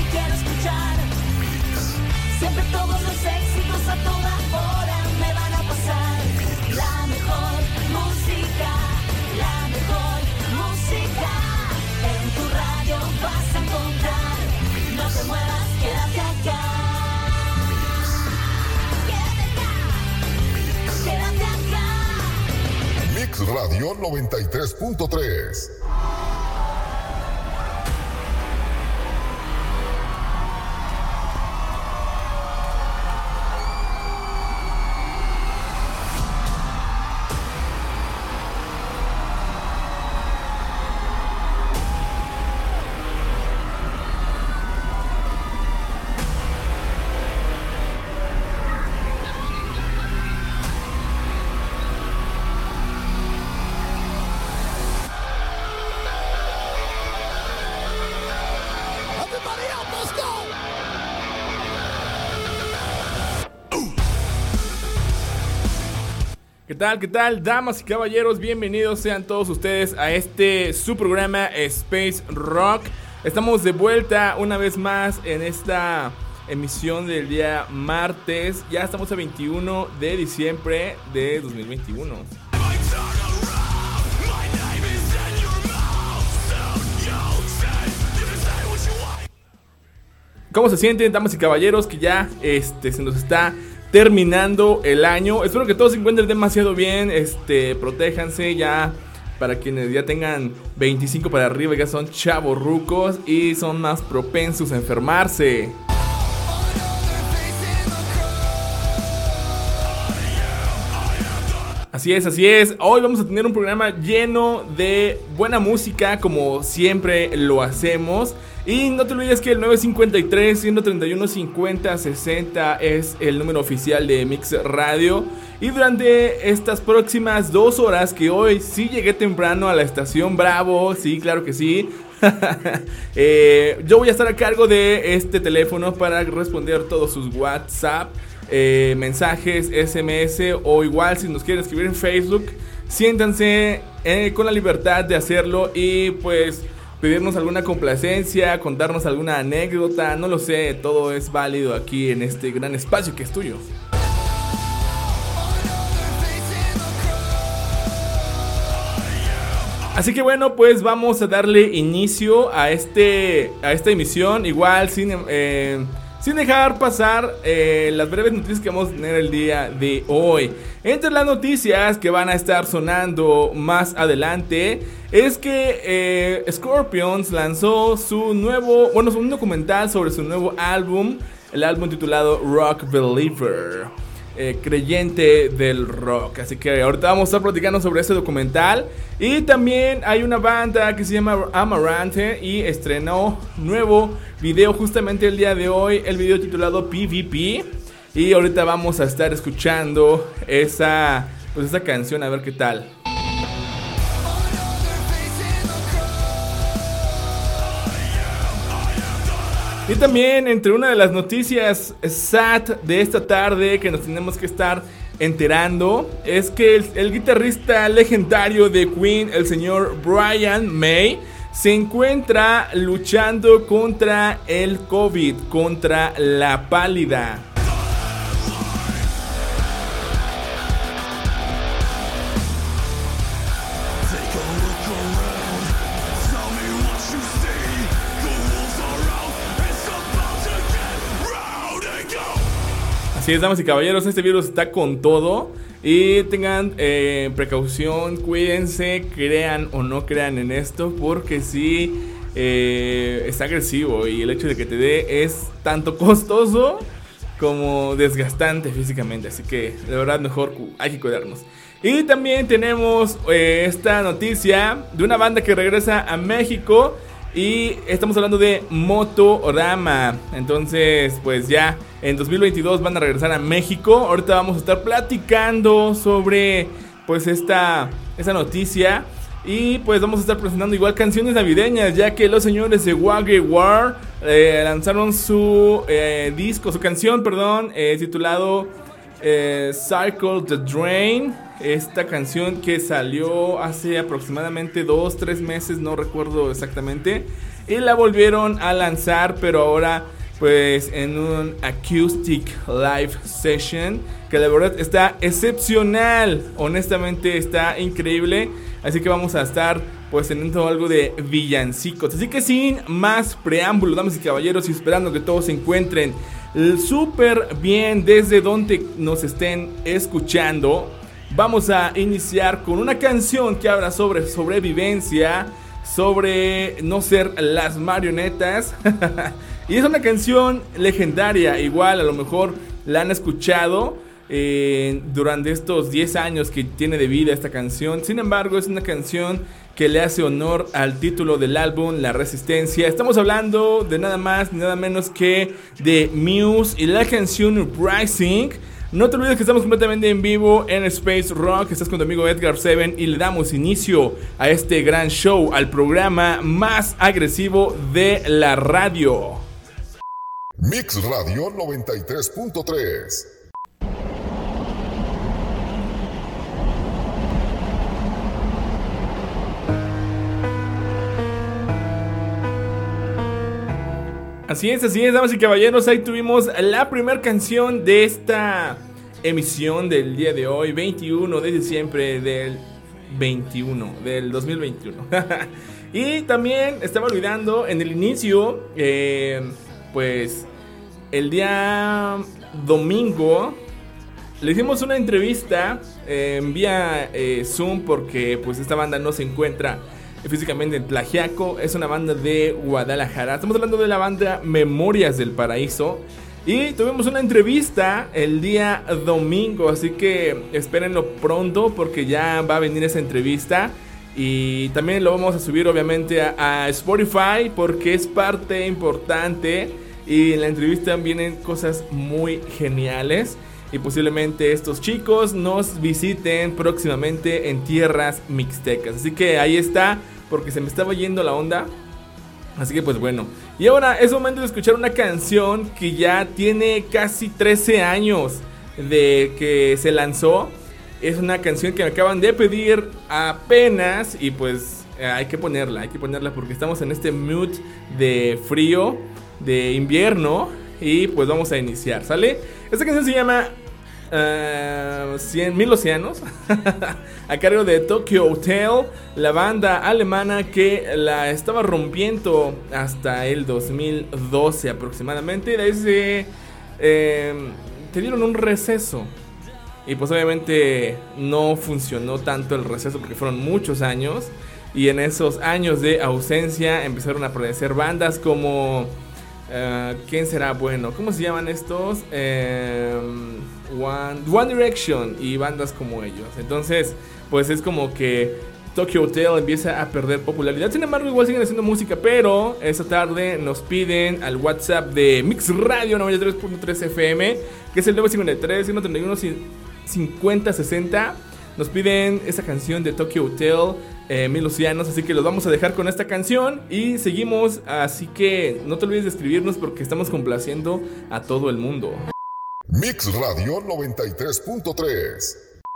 quiero escuchar. Siempre todos los éxitos a toda hora me van a pasar. La mejor música, la mejor música. En tu radio vas a encontrar. No te muevas, quédate acá. Quédate acá. Mix Radio 93.3. ¿Qué tal, damas y caballeros? Bienvenidos sean todos ustedes a su programa Space Rock. Estamos de vuelta una vez más en esta emisión del día martes. Ya estamos a 21 de diciembre de 2021. ¿Cómo se sienten, damas y caballeros? Que ya se nos está terminando el año. Espero que todos se encuentren demasiado bien. Protéjanse ya. Para quienes ya tengan 25 para arriba, ya son chavorrucos y son más propensos a enfermarse. Así es. Hoy vamos a tener un programa lleno de buena música, como siempre lo hacemos. Y no te olvides que el 953-131-5060 es el número oficial de Mix Radio. Y durante estas próximas 2 horas, que hoy sí llegué temprano a la estación Bravo, sí, claro que sí. Yo voy a estar a cargo de este teléfono para responder todos sus WhatsApp, mensajes, SMS, o igual si nos quieren escribir en Facebook, siéntanse con la libertad de hacerlo y pues pedirnos alguna complacencia, contarnos alguna anécdota, no lo sé, todo es válido aquí en este gran espacio que es tuyo. Así que bueno, pues vamos a darle inicio a esta emisión, igual sin dejar pasar las breves noticias que vamos a tener el día de hoy. Entre las noticias que van a estar sonando más adelante es que Scorpions lanzó un documental sobre su nuevo álbum, el álbum titulado Rock Believer, creyente del rock. Así que ahorita vamos a estar platicando sobre ese documental. Y también hay una banda que se llama Amarante y estrenó nuevo video justamente el día de hoy, el video titulado PvP. Y ahorita vamos a estar escuchando esa canción, a ver qué tal. Y también entre una de las noticias sad de esta tarde que nos tenemos que estar enterando es que el guitarrista legendario de Queen, el señor Brian May, se encuentra luchando contra el COVID, contra la pálida. Así es, damas y caballeros, este virus está con todo. Y tengan precaución, cuídense, crean o no crean en esto, porque sí está agresivo y el hecho de que te dé es tanto costoso como desgastante físicamente. Así que de verdad mejor hay que cuidarnos. Y también tenemos esta noticia de una banda que regresa a México. Y estamos hablando de Motorama. Entonces pues ya en 2022 van a regresar a México. Ahorita vamos a estar platicando sobre pues esta noticia. Y pues vamos a estar presentando igual canciones navideñas, ya que los señores de Wage War lanzaron su canción titulado Cycle the Drain. Esta canción que salió hace aproximadamente 2-3 meses, no recuerdo exactamente. Y la volvieron a lanzar, pero ahora pues en un acoustic live session, que la verdad está excepcional. Honestamente está increíble. Así que vamos a estar pues teniendo algo de villancicos. Así que sin más preámbulo, damas y caballeros, y esperando que todos se encuentren súper bien desde donde nos estén escuchando, vamos a iniciar con una canción que habla sobre sobrevivencia, sobre no ser las marionetas. Y es una canción legendaria. Igual a lo mejor la han escuchado durante estos 10 años que tiene de vida esta canción. Sin embargo, es una canción que le hace honor al título del álbum, La Resistencia. Estamos hablando de nada más ni nada menos que de Muse y la canción Uprising. No te olvides que estamos completamente en vivo en Space Rock. Estás con tu amigo Edgar Seven y le damos inicio a este gran show, al programa más agresivo de la radio. Mix Radio 93.3. Así es, damas y caballeros, ahí tuvimos la primera canción de esta emisión del día de hoy, 21 de diciembre del 2021. Y también estaba olvidando en el inicio, pues el día domingo le hicimos una entrevista vía Zoom, porque pues esta banda no se encuentra físicamente en Tlaxiaco. Es una banda de Guadalajara. Estamos hablando de la banda Memorias del Paraíso. Y tuvimos una entrevista el día domingo, así que espérenlo pronto, porque ya va a venir esa entrevista. Y también lo vamos a subir obviamente a Spotify, porque es parte importante. Y en la entrevista vienen cosas muy geniales. Y posiblemente estos chicos nos visiten próximamente en tierras mixtecas. Así que ahí está, porque se me estaba yendo la onda. Así que pues bueno. Y ahora es momento de escuchar una canción que ya tiene casi 13 años de que se lanzó. Es una canción que me acaban de pedir apenas. Y pues hay que ponerla porque estamos en este mood de frío, de invierno. Y pues vamos a iniciar, ¿sale? Esta canción se llama 100.000 océanos a cargo de Tokyo Hotel, la banda alemana que la estaba rompiendo hasta el 2012 aproximadamente. De ahí te dieron un receso. Y pues obviamente no funcionó tanto el receso, porque fueron muchos años. Y en esos años de ausencia empezaron a aparecer bandas como... ¿quién será? Bueno, ¿cómo se llaman estos? One Direction y bandas como ellos. Entonces, pues es como que Tokyo Hotel empieza a perder popularidad. Sin embargo, igual siguen haciendo música, pero esta tarde nos piden al WhatsApp de Mix Radio 93.3 FM, que es el 953-131-5060. Nos piden esa canción de Tokyo Hotel, 1000 océanos, así que los vamos a dejar con esta canción y seguimos. Así que no te olvides de escribirnos, porque estamos complaciendo a todo el mundo. Mix Radio 93.3.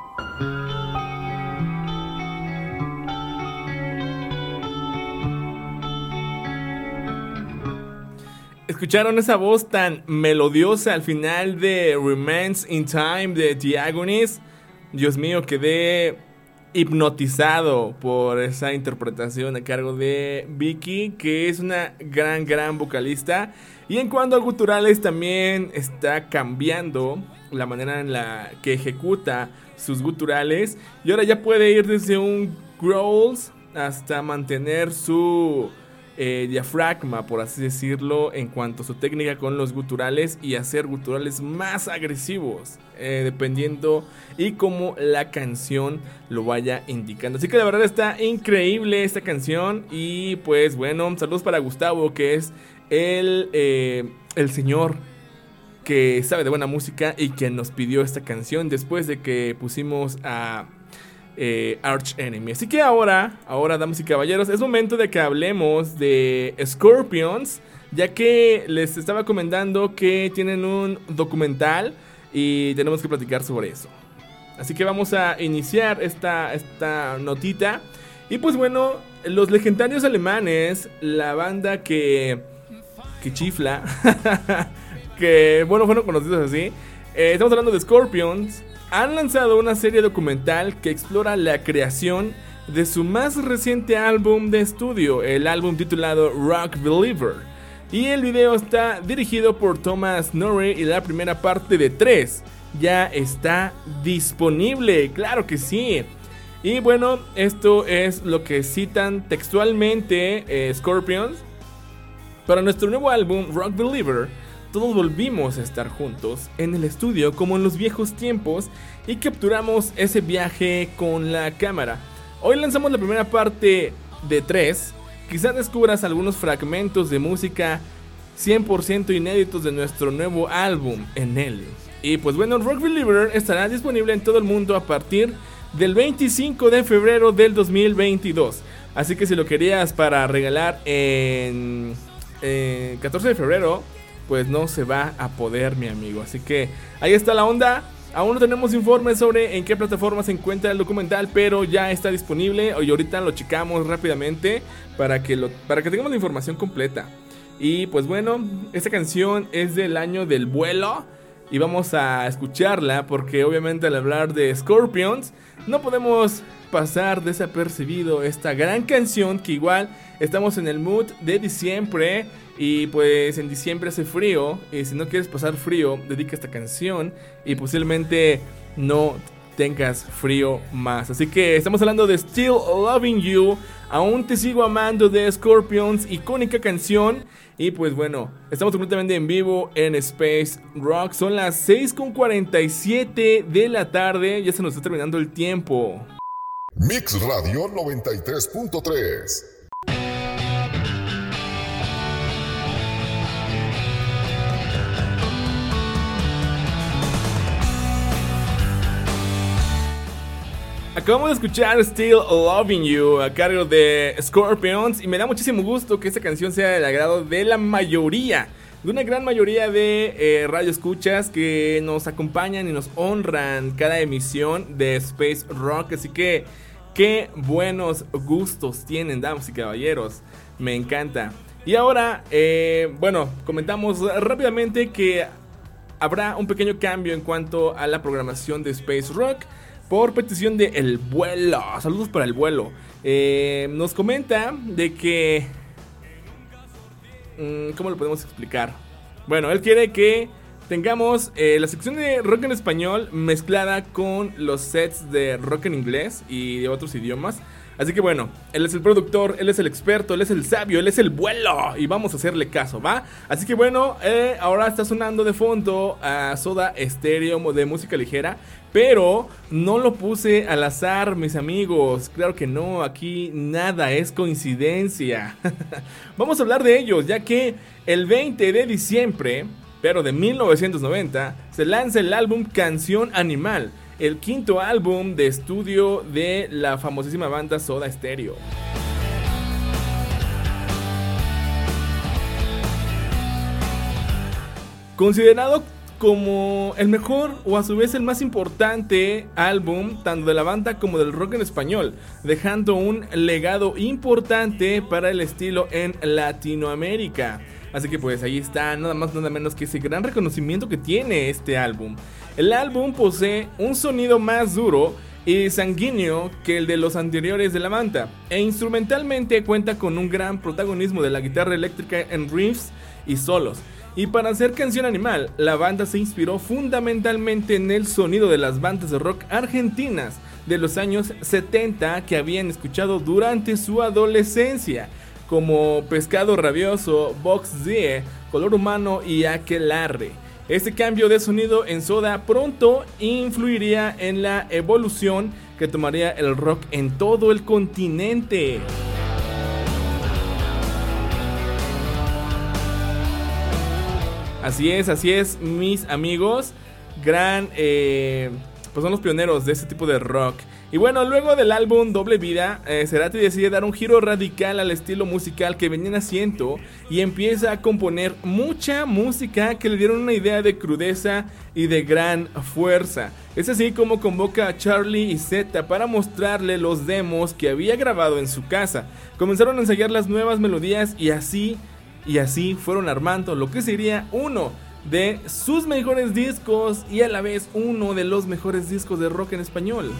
¿Escucharon esa voz tan melodiosa al final de Remains in Time de The Agonies? Dios mío, quedé hipnotizado por esa interpretación a cargo de Vicky, que es una gran vocalista. Y en cuanto a guturales, también está cambiando la manera en la que ejecuta sus guturales. Y ahora ya puede ir desde un growls hasta mantener su diafragma, por así decirlo, en cuanto a su técnica con los guturales, y hacer guturales más agresivos, dependiendo y como la canción lo vaya indicando. Así que la verdad está increíble esta canción. Y pues bueno, saludos para Gustavo, que es el señor que sabe de buena música y que nos pidió esta canción después de que pusimos a Arch Enemy. Así que ahora, damas y caballeros, es momento de que hablemos de Scorpions, ya que les estaba comentando que tienen un documental y tenemos que platicar sobre eso. Así que vamos a iniciar esta notita. Y pues bueno, los legendarios alemanes, la banda que chifla, que bueno, fueron conocidos así, estamos hablando de Scorpions, han lanzado una serie documental que explora la creación de su más reciente álbum de estudio, el álbum titulado Rock Believer. Y el video está dirigido por Thomas Norrie y la primera parte de 3 ya está disponible, claro que sí. Y bueno, esto es lo que citan textualmente Scorpions. Para nuestro nuevo álbum Rock Believer, todos volvimos a estar juntos en el estudio como en los viejos tiempos y capturamos ese viaje con la cámara. Hoy lanzamos la primera parte de 3. Quizás descubras algunos fragmentos de música 100% inéditos de nuestro nuevo álbum en él. Y pues bueno, Rock Believer estará disponible en todo el mundo a partir del 25 de febrero del 2022. Así que si lo querías para regalar en 14 de febrero, pues no se va a poder, mi amigo. Así que ahí está la onda. Aún no tenemos informes sobre en qué plataforma se encuentra el documental, pero ya está disponible. Y ahorita lo checamos rápidamente para que tengamos la información completa. Y pues bueno, esta canción es del año del vuelo y vamos a escucharla porque obviamente al hablar de Scorpions no podemos pasar desapercibido esta gran canción, que igual estamos en el mood de diciembre y pues en diciembre hace frío, y si no quieres pasar frío, dedica esta canción y posiblemente no tengas frío más. Así que estamos hablando de Still Loving You, Aún Te Sigo Amando, de Scorpions, icónica canción. Y pues bueno, estamos completamente en vivo en Space Rock. Son las 6:47 de la tarde, ya se nos está terminando el tiempo. Mix Radio 93.3. Acabamos de escuchar Still Loving You a cargo de Scorpions y me da muchísimo gusto que esta canción sea del agrado de la mayoría, de una gran mayoría de radioescuchas que nos acompañan y nos honran cada emisión de Space Rock. Así que qué buenos gustos tienen, damas y caballeros, me encanta. Y ahora, bueno, comentamos rápidamente que habrá un pequeño cambio en cuanto a la programación de Space Rock por petición de El Vuelo. Saludos para El Vuelo. Nos comenta de que... ¿cómo lo podemos explicar? Bueno, él quiere que tengamos la sección de rock en español mezclada con los sets de rock en inglés y de otros idiomas. Así que bueno, él es el productor, él es el experto, él es el sabio, él es El Vuelo y vamos a hacerle caso, ¿va? Así que bueno, ahora está sonando de fondo a Soda Stereo de música ligera, pero no lo puse al azar, mis amigos. Claro que no, aquí nada es coincidencia. Vamos a hablar de ellos, ya que el 20 de diciembre, pero de 1990, se lanza el álbum Canción Animal, el quinto álbum de estudio de la famosísima banda Soda Stereo. Considerado como el mejor o a su vez el más importante álbum tanto de la banda como del rock en español, dejando un legado importante para el estilo en Latinoamérica. Así que pues ahí está, nada más nada menos que ese gran reconocimiento que tiene este álbum. El álbum posee un sonido más duro y sanguíneo que el de los anteriores de la banda, e instrumentalmente cuenta con un gran protagonismo de la guitarra eléctrica en riffs y solos. Y para hacer Canción Animal, la banda se inspiró fundamentalmente en el sonido de las bandas de rock argentinas de los años 70 que habían escuchado durante su adolescencia, como Pescado Rabioso, Box Z, Color Humano y Aquelarre. Este cambio de sonido en Soda pronto influiría en la evolución que tomaría el rock en todo el continente. Así es, mis amigos. Pues son los pioneros de este tipo de rock. Y bueno, luego del álbum Doble Vida, Cerati decide dar un giro radical al estilo musical que venían haciendo y empieza a componer mucha música que le dieron una idea de crudeza y de gran fuerza. Es así como convoca a Charlie y Zeta para mostrarle los demos que había grabado en su casa. Comenzaron a ensayar las nuevas melodías y así fueron armando lo que sería uno de sus mejores discos y a la vez uno de los mejores discos de rock en español.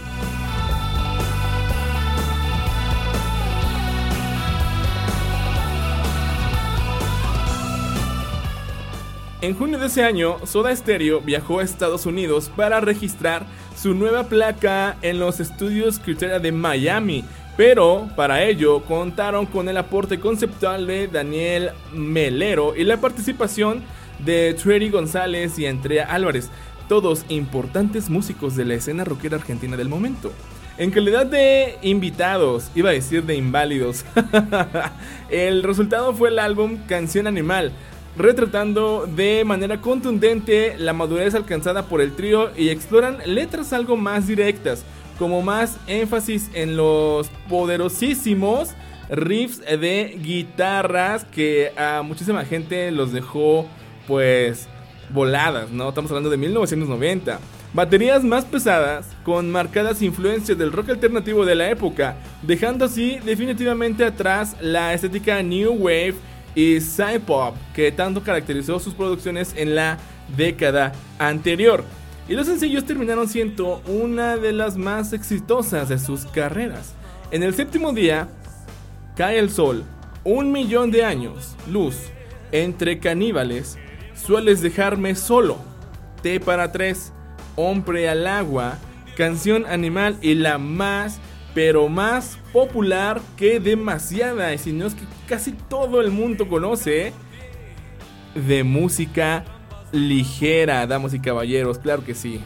En junio de ese año, Soda Stereo viajó a Estados Unidos para registrar su nueva placa en los estudios Criteria de Miami, pero para ello contaron con el aporte conceptual de Daniel Melero y la participación de Trudy González y Andrea Álvarez, todos importantes músicos de la escena rockera argentina del momento. En calidad de invitados, iba a decir de inválidos, el resultado fue el álbum Canción Animal, retratando de manera contundente la madurez alcanzada por el trío y exploran letras algo más directas, como más énfasis en los poderosísimos riffs de guitarras que a muchísima gente los dejó pues voladas, ¿no? Estamos hablando de 1990. Baterías más pesadas con marcadas influencias del rock alternativo de la época, dejando así definitivamente atrás la estética New Wave y Psy-Pop que tanto caracterizó sus producciones en la década anterior. Y los sencillos terminaron siendo una de las más exitosas de sus carreras. En el séptimo día, Cae el sol, 1.000.000 de años, luz, entre caníbales, sueles dejarme solo, té para tres, hombre al agua, canción animal y la más, pero más popular que demasiada, y si no es que casi todo el mundo conoce, de música ligera, damas y caballeros, claro que sí.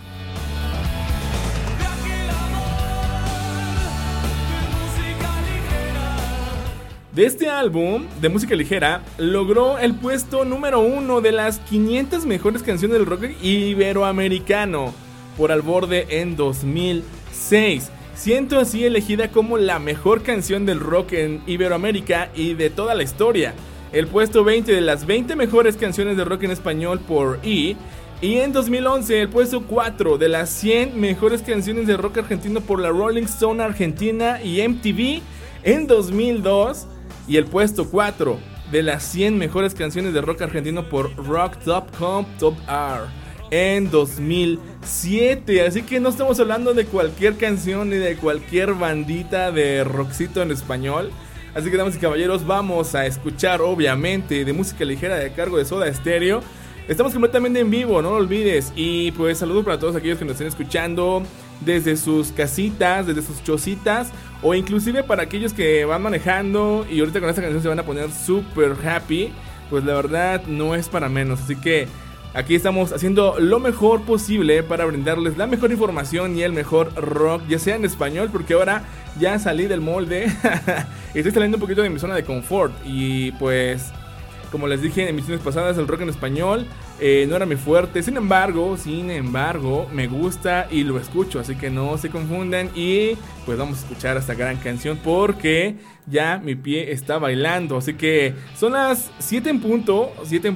De este álbum de música ligera logró el puesto número 1 de las 500 mejores canciones del rock iberoamericano por Al Borde en 2006, siendo así elegida como la mejor canción del rock en Iberoamérica y de toda la historia. El puesto 20 de las 20 mejores canciones de rock en español por E! Y en 2011 el puesto 4 de las 100 mejores canciones de rock argentino por la Rolling Stone Argentina y MTV en 2002. Y el puesto 4 de las 100 mejores canciones de rock argentino por Rock.com Top R en 2007. Así que no estamos hablando de cualquier canción ni de cualquier bandita de rockcito en español. Así que, damas y caballeros, vamos a escuchar obviamente de música ligera de cargo de Soda Stereo. Estamos completamente en vivo, no lo olvides. Y pues saludos para todos aquellos que nos estén escuchando desde sus casitas, desde sus chocitas, o inclusive para aquellos que van manejando y ahorita con esta canción se van a poner super happy. Pues la verdad no es para menos. Así que aquí estamos haciendo lo mejor posible para brindarles la mejor información y el mejor rock, ya sea en español, porque ahora ya salí del molde y estoy saliendo un poquito de mi zona de confort. Y pues, como les dije en emisiones pasadas, el rock en español no era mi fuerte. Sin embargo, me gusta y lo escucho, así que no se confundan. Y pues vamos a escuchar esta gran canción porque ya mi pie está bailando. Así que son las 7 en punto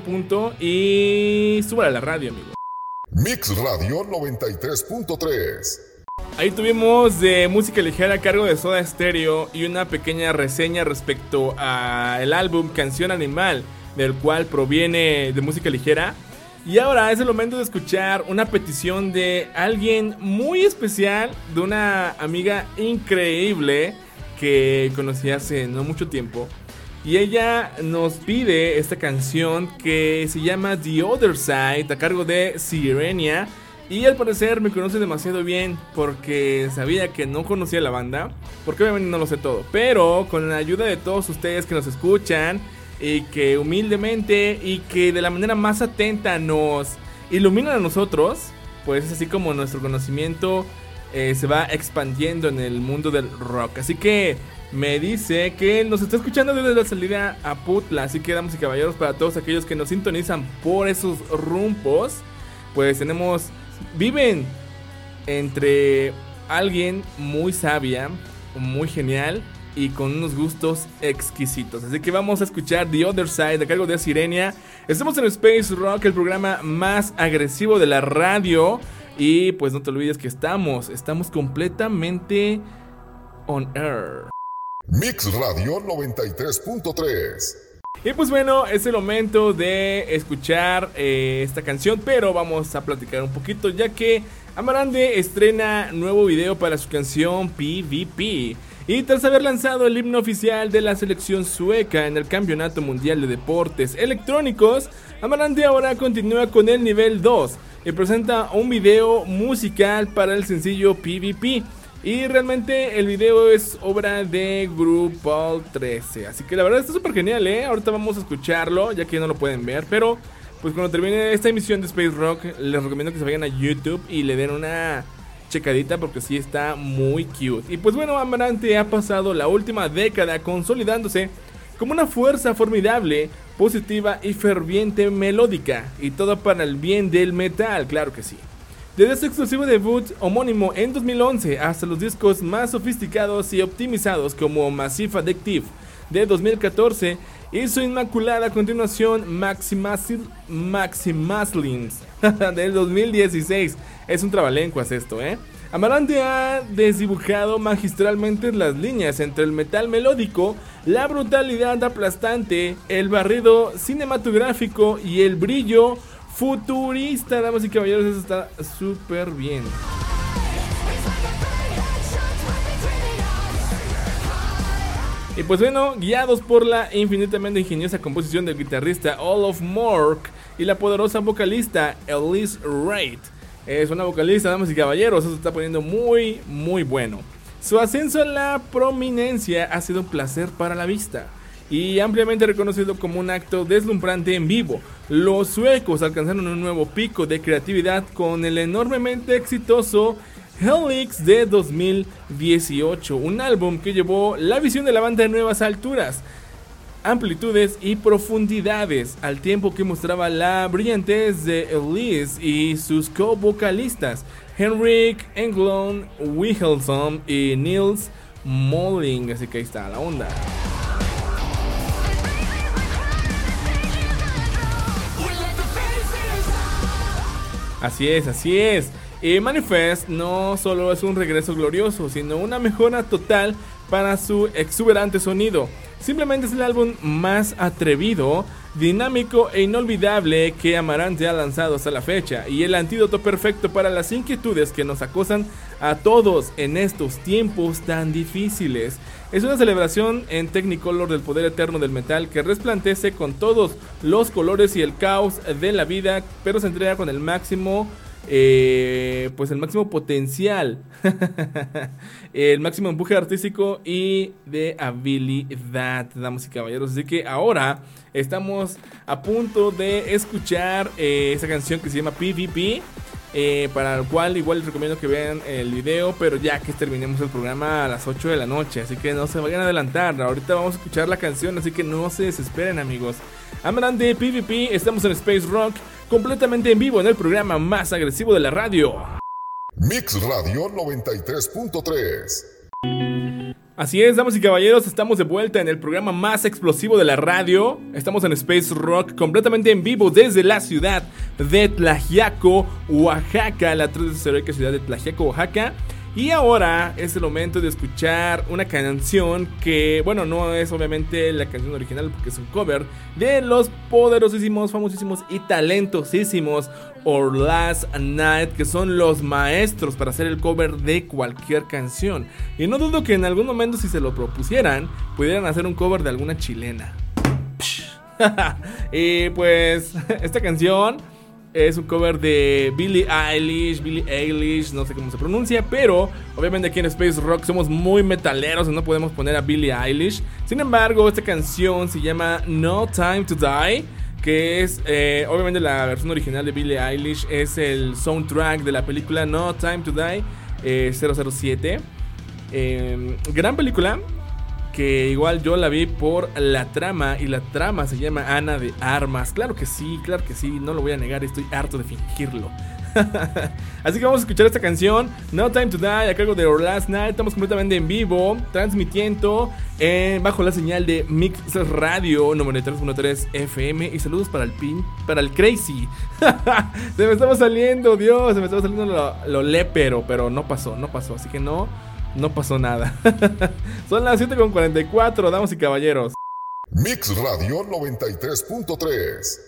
y súbale a la radio, amigo. Mix Radio 93.3. Ahí tuvimos de música ligera a cargo de Soda Stereo y una pequeña reseña respecto al álbum Canción Animal, del cual proviene de música ligera. Y ahora es el momento de escuchar una petición de alguien muy especial, de una amiga increíble que conocí hace no mucho tiempo. Y ella nos pide esta canción que se llama The Other Side, a cargo de Sirenia. Y al parecer me conoce demasiado bien porque sabía que no conocía la banda, porque obviamente no lo sé todo. Pero con la ayuda de todos ustedes que nos escuchan y que humildemente y que de la manera más atenta nos iluminan a nosotros, pues es así como nuestro conocimiento se va expandiendo en el mundo del rock. Así que me dice que nos está escuchando desde la salida a Putla. Así que, damas y caballeros, para todos aquellos que nos sintonizan por esos rumbos, pues viven entre alguien muy sabia, muy genial y con unos gustos exquisitos. Así que vamos a escuchar The Other Side a cargo de Sirenia. Estamos en Space Rock, el programa más agresivo de la radio. Y pues no te olvides que estamos completamente on air. Mix Radio 93.3. Y pues bueno, es el momento de escuchar esta canción, pero vamos a platicar un poquito, ya que Amarante estrena nuevo video para su canción PvP. Y tras haber lanzado el himno oficial de la selección sueca en el Campeonato Mundial de Deportes Electrónicos, Amarante ahora continúa con el nivel 2 y presenta un video musical para el sencillo PvP. Y realmente el video es obra de Grupal 13. Así que la verdad está súper genial, Ahorita vamos a escucharlo, ya que no lo pueden ver. Pero pues cuando termine esta emisión de Space Rock, les recomiendo que se vayan a YouTube y le den una checadita, porque sí está muy cute. Y pues bueno, Amarante ha pasado la última década consolidándose como una fuerza formidable, positiva y ferviente melódica. Y todo para el bien del metal, claro que sí. Desde su exclusivo debut homónimo en 2011 hasta los discos más sofisticados y optimizados como Massive Addictive de 2014 y su inmaculada continuación Maximaslins del 2016. Es un trabalenguas esto, Amarante ha desdibujado magistralmente las líneas entre el metal melódico, la brutalidad aplastante, el barrido cinematográfico y el brillo futurista, damas y caballeros. Eso está súper bien. Y pues bueno, guiados por la infinitamente ingeniosa composición del guitarrista Olof Mork y la poderosa vocalista Elise Wright. Es una vocalista, damas y caballeros, eso se está poniendo muy, muy bueno. Su ascenso a la prominencia ha sido un placer para la vista y ampliamente reconocido como un acto deslumbrante en vivo. Los suecos alcanzaron un nuevo pico de creatividad con el enormemente exitoso Helix de 2018, un álbum que llevó la visión de la banda a nuevas alturas, amplitudes y profundidades, al tiempo que mostraba la brillantez de Elise y sus co-vocalistas Henrik Englund Wilhelmsson y Nils Molling. Así que ahí está la onda. Así es. Manifest no solo es un regreso glorioso, sino una mejora total para su exuberante sonido. Simplemente es el álbum más atrevido, dinámico e inolvidable que Amarante ha lanzado hasta la fecha, y el antídoto perfecto para las inquietudes que nos acosan a todos en estos tiempos tan difíciles. Es una celebración en Technicolor del poder eterno del metal que resplandece con todos los colores y el caos de la vida, pero se entrega con el máximo pues el máximo potencial, el máximo empuje artístico y de habilidad, damas y caballeros. Así que ahora estamos a punto de escuchar esa canción que se llama PvP, para el cual igual les recomiendo que vean el video, pero ya que terminemos el programa a las 8 de la noche, así que no se vayan a adelantar. Ahorita vamos a escuchar la canción, así que no se desesperen, amigos. Amarante PvP, estamos en Space Rock, completamente en vivo en el programa más agresivo de la radio, Mix Radio 93.3. Así es, damas y caballeros, estamos de vuelta en el programa más explosivo de la radio. Estamos en Space Rock, completamente en vivo desde la ciudad de Tlaxiaco, Oaxaca, la heroica ciudad de Tlaxiaco, Oaxaca. Y ahora es el momento de escuchar una canción que, bueno, no es obviamente la canción original porque es un cover de los poderosísimos, famosísimos y talentosísimos Our Last Night, que son los maestros para hacer el cover de cualquier canción. Y no dudo que en algún momento, si se lo propusieran, pudieran hacer un cover de alguna chilena. Y pues esta canción es un cover de Billie Eilish, no sé cómo se pronuncia, pero obviamente aquí en Space Rock somos muy metaleros y no podemos poner a Billie Eilish. Sin embargo, esta canción se llama No Time to Die, que es obviamente la versión original de Billie Eilish, es el soundtrack de la película No Time to Die 007. Gran película, que igual yo la vi por la trama, y la trama se llama Ana de Armas. Claro que sí, no lo voy a negar, estoy harto de fingirlo. Así que vamos a escuchar esta canción, No Time to Die, a cargo de Our Last Night. Estamos completamente en vivo, transmitiendo bajo la señal de Mix Radio 93.3 FM. Y saludos para el Crazy. Se me estaba saliendo, Dios, se me estaba saliendo lo lépero, pero no pasó, así que no pasó nada. Son las 7:44, damas y caballeros. Mix Radio 93.3.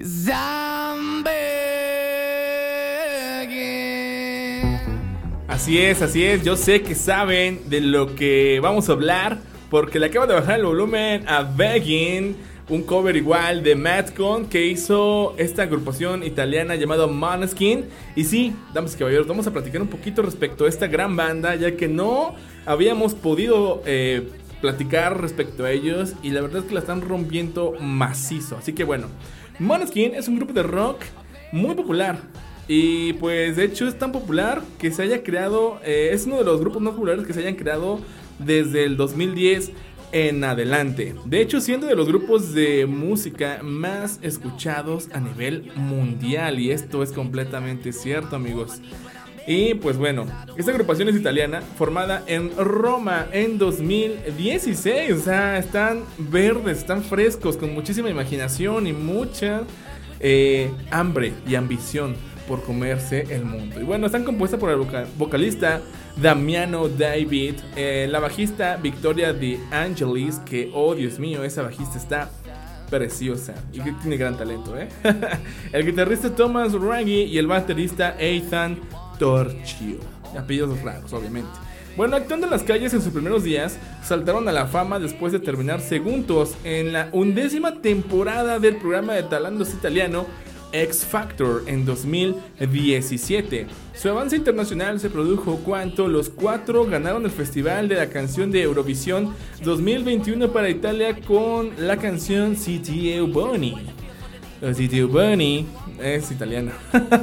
Así es, yo sé que saben de lo que vamos a hablar, porque le acabo de bajar el volumen a Begging, un cover igual de Madcon que hizo esta agrupación italiana llamada Måneskin. Y sí, damas y caballeros, vamos a platicar un poquito respecto a esta gran banda, ya que no habíamos podido platicar respecto a ellos, y la verdad es que la están rompiendo macizo. Así que bueno, Måneskin es un grupo de rock muy popular. Y pues de hecho es tan popular que se haya creado, es uno de los grupos más populares que se hayan creado desde el 2010 en adelante. De hecho, siendo de los grupos de música más escuchados a nivel mundial. Y esto es completamente cierto, amigos. Y pues bueno, esta agrupación es italiana, formada en Roma en 2016. O sea, están verdes, están frescos, con muchísima imaginación y mucha hambre y ambición por comerse el mundo. Y bueno, están compuestas por el vocalista Damiano David, la bajista Victoria De Angelis, que, oh Dios mío, esa bajista está preciosa y que tiene gran talento, el guitarrista Thomas Raggi y el baterista Ethan Torchio, apellidos raros, obviamente. Bueno, actuando en las calles en sus primeros días, saltaron a la fama después de terminar segundos en la 11ª temporada del programa de talentos italiano X Factor en 2017. Su avance internacional se produjo cuando los cuatro ganaron el Festival de la Canción de Eurovisión 2021 para Italia con la canción CTO Bunny. CTO Bunny es italiano.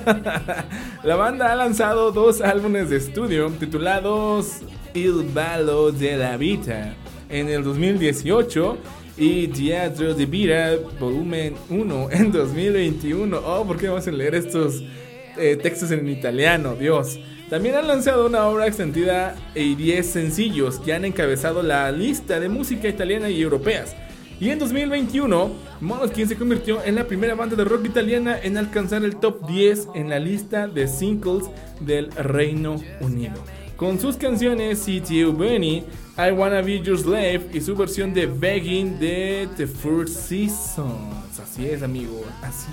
La banda ha lanzado 2 álbumes de estudio titulados Il Ballo della Vita en el 2018 y Teatro di Vita volumen 1 en 2021. Oh, ¿por qué vamos a leer estos textos en italiano? Dios. También han lanzado una obra extendida y 10 sencillos que han encabezado la lista de música italiana y europeas. Y en 2021, Måneskin se convirtió en la primera banda de rock italiana en alcanzar el top 10 en la lista de singles del Reino Unido, con sus canciones CTO Bunny, I Wanna Be Your Slave y su versión de Begging de The First Seasons. Así es, amigo, así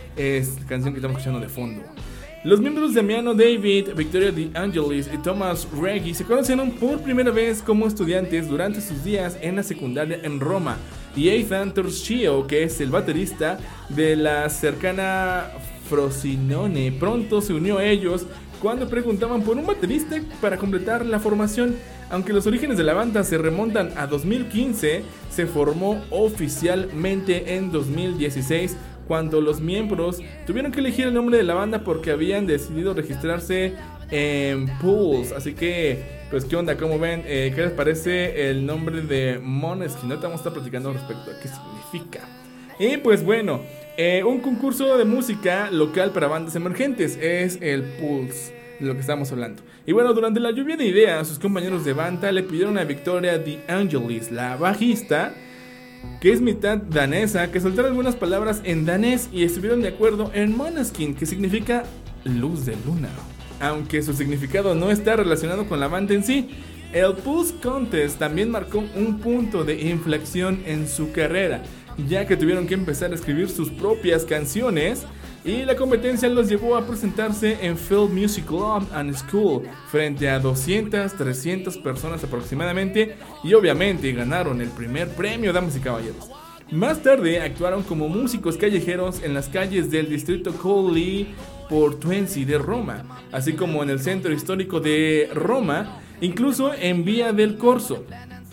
es la canción que estamos escuchando de fondo. Los miembros de Damiano David, Victoria De Angelis y Thomas Raggi se conocieron por primera vez como estudiantes durante sus días en la secundaria en Roma. Y Ethan Torchio, que es el baterista de la cercana Frosinone, pronto se unió a ellos cuando preguntaban por un baterista para completar la formación. Aunque los orígenes de la banda se remontan a 2015, se formó oficialmente en 2016, cuando los miembros tuvieron que elegir el nombre de la banda porque habían decidido registrarse en Pools. Así que, pues, ¿qué onda? ¿Cómo ven? ¿Qué les parece el nombre de Måneskin? Ahorita vamos a estar platicando respecto a qué significa. Y pues bueno, un concurso de música local para bandas emergentes es el Pools, de lo que estamos hablando. Y bueno, durante la lluvia de ideas, sus compañeros de banda le pidieron a Victoria De Angelis, la bajista, que es mitad danesa, que soltara algunas palabras en danés, y estuvieron de acuerdo en Måneskin, que significa luz de luna, aunque su significado no está relacionado con la banda en sí. El Pulse Contest también marcó un punto de inflexión en su carrera, ya que tuvieron que empezar a escribir sus propias canciones, y la competencia los llevó a presentarse en Film Music Club and School frente a 200, 300 personas aproximadamente, y obviamente ganaron el primer premio, damas y caballeros. Más tarde actuaron como músicos callejeros en las calles del distrito Colli Portuensi de Roma, así como en el centro histórico de Roma, incluso en Vía del Corso.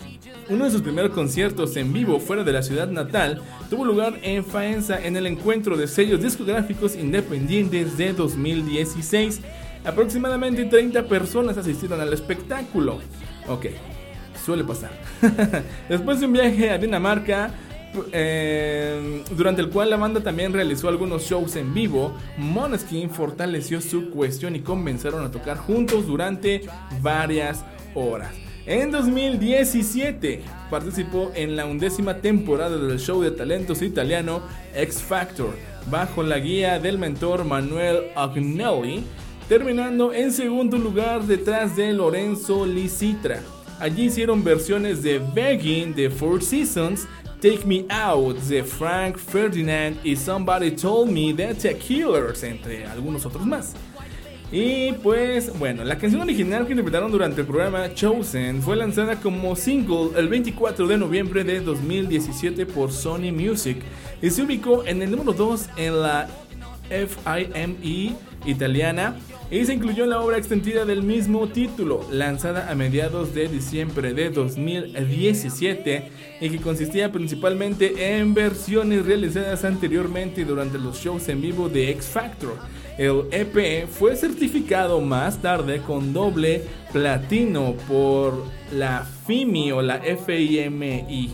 Uno de sus primeros conciertos en vivo fuera de la ciudad natal tuvo lugar en Faenza en el encuentro de sellos discográficos independientes de 2016. Aproximadamente 30 personas asistieron al espectáculo. Ok, suele pasar. Después de un viaje a Dinamarca, durante el cual la banda también realizó algunos shows en vivo, Måneskin fortaleció su cuestión y comenzaron a tocar juntos durante varias horas. En 2017 participó en la 11ª temporada del show de talentos italiano X Factor, bajo la guía del mentor Manuel Agnelli, terminando en segundo lugar detrás de Lorenzo Licitra. Allí hicieron versiones de Begging de Four Seasons, Take Me Out de Frank Ferdinand y Somebody Told Me de The Killers, entre algunos otros más. Y pues bueno, la canción original que interpretaron durante el programa Chosen fue lanzada como single el 24 de noviembre de 2017 por Sony Music y se ubicó en el número 2 en la FIME italiana y se incluyó en la obra extendida del mismo título, lanzada a mediados de diciembre de 2017 y que consistía principalmente en versiones realizadas anteriormente durante los shows en vivo de X Factor. El EP fue certificado más tarde con doble platino por la FIMI o la FIMI.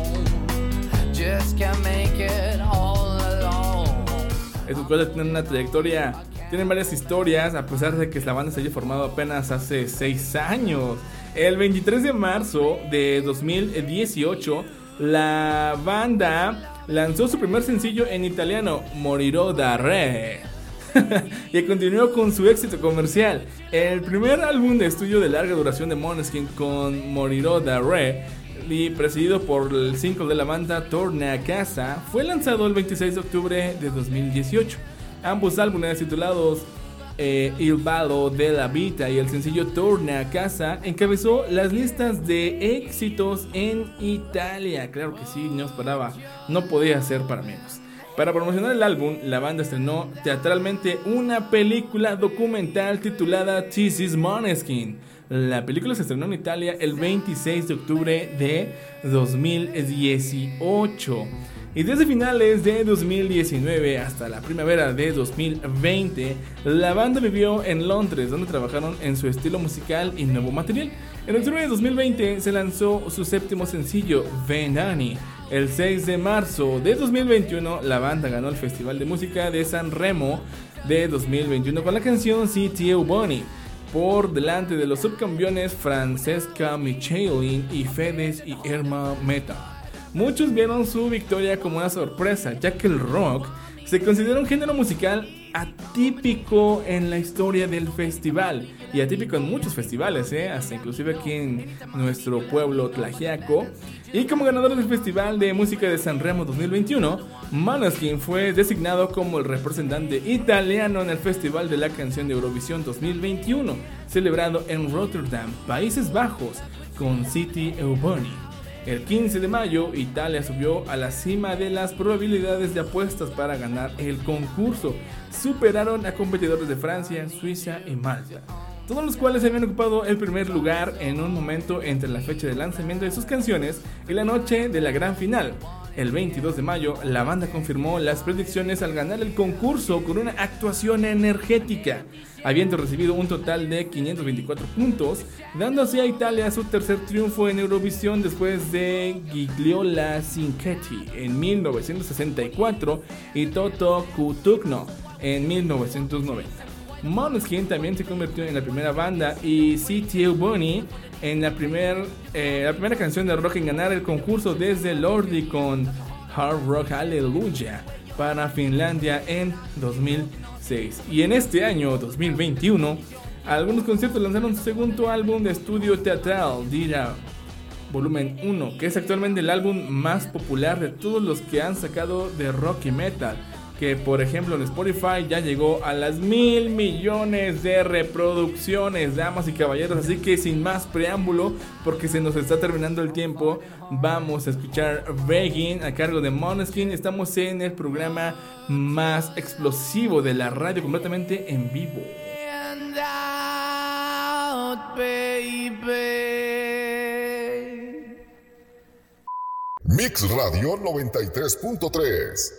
Estos cuales tienen una trayectoria, tienen varias historias, a pesar de que la banda se haya formado apenas hace 6 años. El 23 de marzo de 2018, la banda lanzó su primer sencillo en italiano, Morirò da Re, y continuó con su éxito comercial. El primer álbum de estudio de larga duración de Måneskin, con Morirò da Re, y precedido por el single de la banda Torna a Casa, fue lanzado el 26 de octubre de 2018. Ambos álbumes, titulados Il ballo della vita y el sencillo Torna a Casa, encabezó las listas de éxitos en Italia. Claro que sí, no esperaba, no podía ser para menos. Para promocionar el álbum, la banda estrenó teatralmente una película documental titulada This is Måneskin. La película se estrenó en Italia el 26 de octubre de 2018. Y desde finales de 2019 hasta la primavera de 2020, la banda vivió en Londres, donde trabajaron en su estilo musical y nuevo material. En octubre de 2020 se lanzó su séptimo sencillo, Venani. El 6 de marzo de 2021, la banda ganó el Festival de Música de San Remo de 2021 con la canción City Uboni, por delante de los subcampeones Francesca Michelin y Fedez y Irma Meta. Muchos vieron su victoria como una sorpresa, ya que el rock se considera un género musical atípico en la historia del festival, y atípico en muchos festivales, hasta inclusive aquí en nuestro pueblo Tlaxiaco. Y como ganador del Festival de Música de San Remo 2021, Måneskin fue designado como el representante italiano en el Festival de la Canción de Eurovisión 2021, celebrado en Rotterdam, Países Bajos, con City Uboni. El 15 de mayo, Italia subió a la cima de las probabilidades de apuestas para ganar el concurso. Superaron a competidores de Francia, Suiza y Malta, todos los cuales habían ocupado el primer lugar en un momento entre la fecha de lanzamiento de sus canciones y la noche de la gran final. El 22 de mayo, la banda confirmó las predicciones al ganar el concurso con una actuación energética, habiendo recibido un total de 524 puntos, dando así a Italia su tercer triunfo en Eurovisión después de Gigliola Cinquetti en 1964 y Toto Cutugno en 1990. Måneskin también se convirtió en la primera banda y City Uboni en la primera canción de rock en ganar el concurso desde Lordi con Hard Rock Hallelujah para Finlandia en 2006. Y en este año 2021, algunos conciertos lanzaron su segundo álbum de estudio teatral, Dira Volumen 1, que es actualmente el álbum más popular de todos los que han sacado de rock y metal, que por ejemplo en Spotify ya llegó a las 1,000 millones de reproducciones, damas y caballeros. Así que sin más preámbulo, porque se nos está terminando el tiempo, vamos a escuchar Begging a cargo de Måneskin. Estamos en el programa más explosivo de la radio, completamente en vivo. And out, baby. Mix Radio 93.3.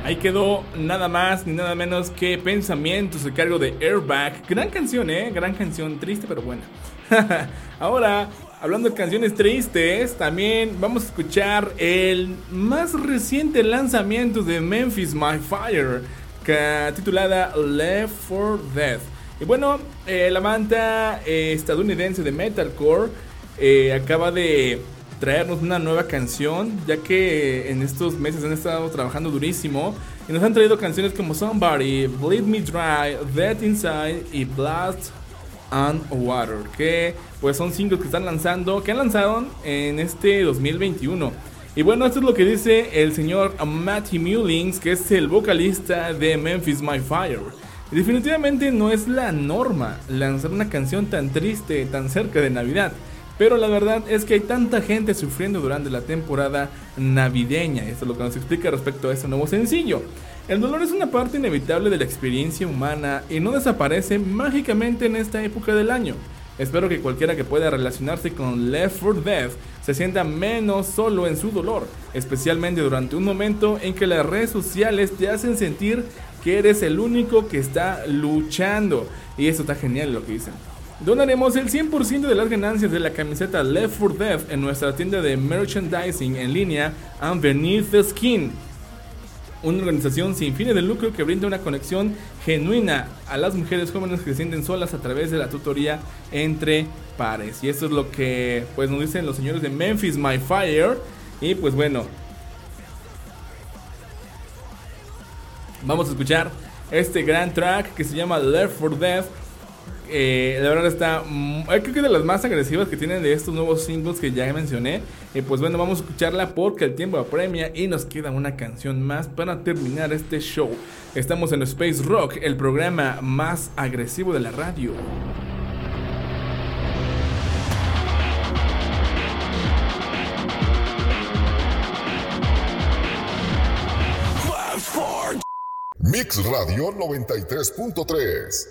Ahí quedó nada más ni nada menos que Pensamientos a cargo de Airbag. Gran canción, gran canción, triste pero buena. Ahora, hablando de canciones tristes, también vamos a escuchar el más reciente lanzamiento de Memphis My Fire, titulada Left for Death. Y bueno, la banda estadounidense de metalcore acaba de traernos una nueva canción, ya que en estos meses han estado trabajando durísimo y nos han traído canciones como Somebody, Bleed Me Dry, Dead Inside y Blast and Water, que pues son singles que han lanzado en este 2021. Y bueno, esto es lo que dice el señor Matty Mullins, que es el vocalista de Memphis My Fire. Definitivamente no es la norma lanzar una canción tan triste tan cerca de Navidad, pero la verdad es que hay tanta gente sufriendo durante la temporada navideña. Esto es lo que nos explica respecto a este nuevo sencillo. El dolor es una parte inevitable de la experiencia humana y no desaparece mágicamente en esta época del año. Espero que cualquiera que pueda relacionarse con Left for Death se sienta menos solo en su dolor, especialmente durante un momento en que las redes sociales te hacen sentir que eres el único que está luchando. Y eso está genial lo que dicen. Donaremos el 100% de las ganancias de la camiseta Left for Death en nuestra tienda de merchandising en línea Underneath the Skin, una organización sin fines de lucro que brinda una conexión genuina a las mujeres jóvenes que se sienten solas a través de la tutoría entre pares. Y esto es lo que pues nos dicen los señores de Memphis My Fire. Y pues bueno, vamos a escuchar este gran track que se llama Left for Death. La verdad está, creo que es de las más agresivas que tienen de estos nuevos singles que ya mencioné. Pues bueno, vamos a escucharla porque el tiempo apremia y nos queda una canción más para terminar este show. Estamos en Space Rock, el programa más agresivo de la radio. Mix Radio 93.3.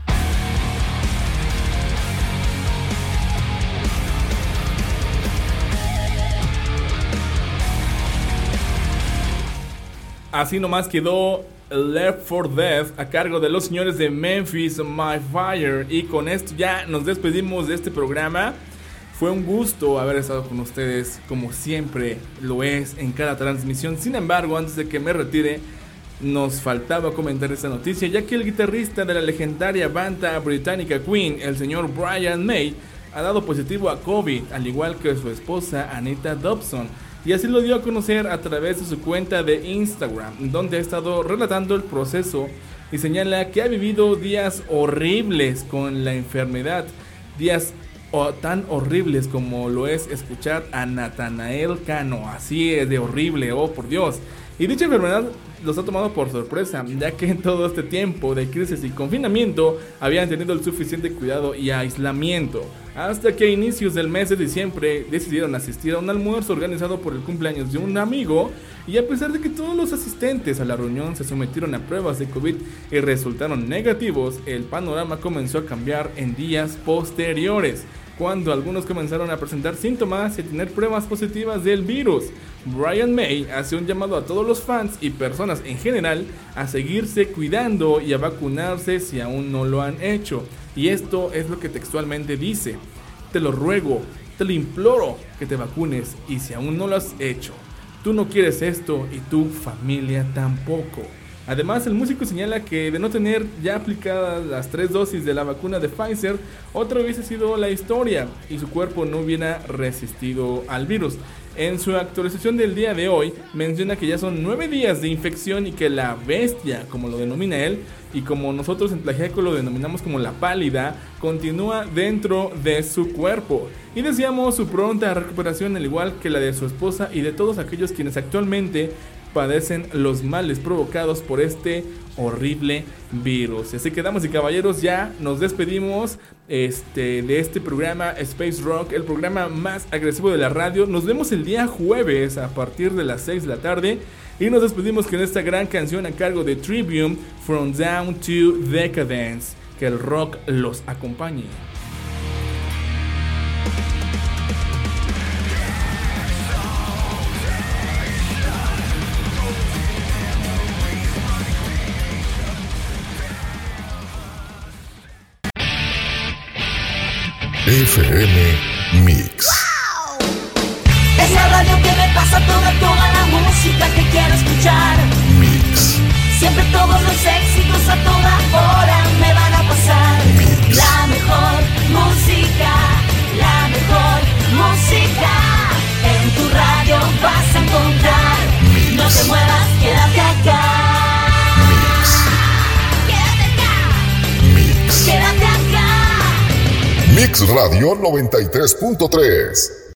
Así nomás quedó Left for Death a cargo de los señores de Memphis My Fire. Y con esto ya nos despedimos de este programa. Fue un gusto haber estado con ustedes, como siempre lo es en cada transmisión. Sin embargo, antes de que me retire, nos faltaba comentar esta noticia, ya que el guitarrista de la legendaria banda británica Queen, el señor Brian May, ha dado positivo a COVID, al igual que su esposa Anita Dobson. Y así lo dio a conocer a través de su cuenta de Instagram, donde ha estado relatando el proceso y señala que ha vivido días horribles con la enfermedad, días tan horribles como lo es escuchar a Nathanael Cano, así es de horrible, oh por Dios. Y dicha enfermedad los ha tomado por sorpresa, ya que en todo este tiempo de crisis y confinamiento habían tenido el suficiente cuidado y aislamiento, hasta que a inicios del mes de diciembre decidieron asistir a un almuerzo organizado por el cumpleaños de un amigo. Y a pesar de que todos los asistentes a la reunión se sometieron a pruebas de COVID y resultaron negativos, el panorama comenzó a cambiar en días posteriores, cuando algunos comenzaron a presentar síntomas y a tener pruebas positivas del virus. Brian May hace un llamado a todos los fans y personas en general a seguirse cuidando y a vacunarse si aún no lo han hecho. Y esto es lo que textualmente dice: te lo ruego, te lo imploro que te vacunes, y si aún no lo has hecho, tú no quieres esto y tu familia tampoco. Además, el músico señala que de no tener ya aplicadas las 3 dosis de la vacuna de Pfizer, otra hubiese sido la historia y su cuerpo no hubiera resistido al virus. En su actualización del día de hoy, menciona que ya son 9 días de infección y que la bestia, como lo denomina él, y como nosotros en Tlaxiaco lo denominamos como la pálida, continúa dentro de su cuerpo. Y deseamos su pronta recuperación, al igual que la de su esposa y de todos aquellos quienes actualmente padecen los males provocados por este horrible virus. Así que, damas y caballeros, ya nos despedimos de este programa Space Rock, el programa más agresivo de la radio. Nos vemos el día jueves a partir de las 6 de la tarde y nos despedimos con esta gran canción a cargo de Trivium, From Down to Decadence. Que el rock los acompañe. FM Mix. Es la radio que me pasa toda la música que quiero escuchar. Mix. Siempre todos los éxitos a toda hora me van a pasar. Mix. La mejor música, la mejor música. En tu radio vas a encontrar. Mix. No te muevas, quédate acá. Quédate acá. Mix. Quédate acá. Mix Radio 93.3.